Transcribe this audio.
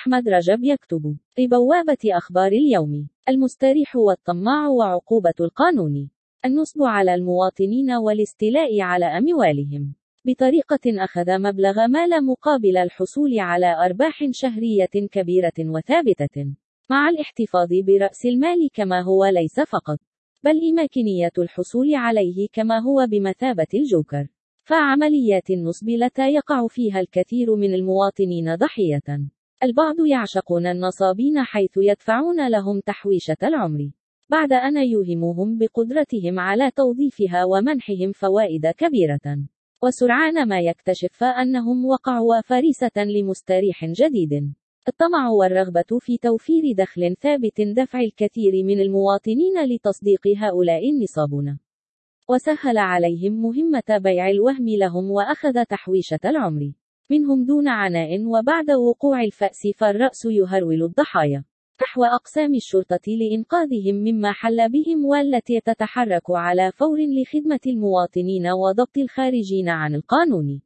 أحمد رجب يكتب في بوابة أخبار اليوم: المستريح والطماع وعقوبة القانون. النصب على المواطنين والاستيلاء على أموالهم بطريقة أخذ مبلغ مال مقابل الحصول على أرباح شهرية كبيرة وثابتة، مع الاحتفاظ برأس المال كما هو ليس فقط، بل إمكانية الحصول عليه كما هو بمثابة الجوكر. فعمليات النصب لا يقع فيها الكثير من المواطنين ضحية. البعض يعشقون النصابين حيث يدفعون لهم تحويشة العمر، بعد أن يوهموهم بقدرتهم على توظيفها ومنحهم فوائد كبيرة، وسرعان ما يكتشف أنهم وقعوا فريسة لمستريح جديد. الطمع والرغبة في توفير دخل ثابت دفع الكثير من المواطنين لتصديق هؤلاء النصابون، وسهل عليهم مهمة بيع الوهم لهم وأخذ تحويشة العمر منهم دون عناء. وبعد وقوع الفأس فالرأس يهرول الضحايا نحو أقسام الشرطة لإنقاذهم مما حل بهم، والتي تتحرك على فور لخدمة المواطنين وضبط الخارجين عن القانون.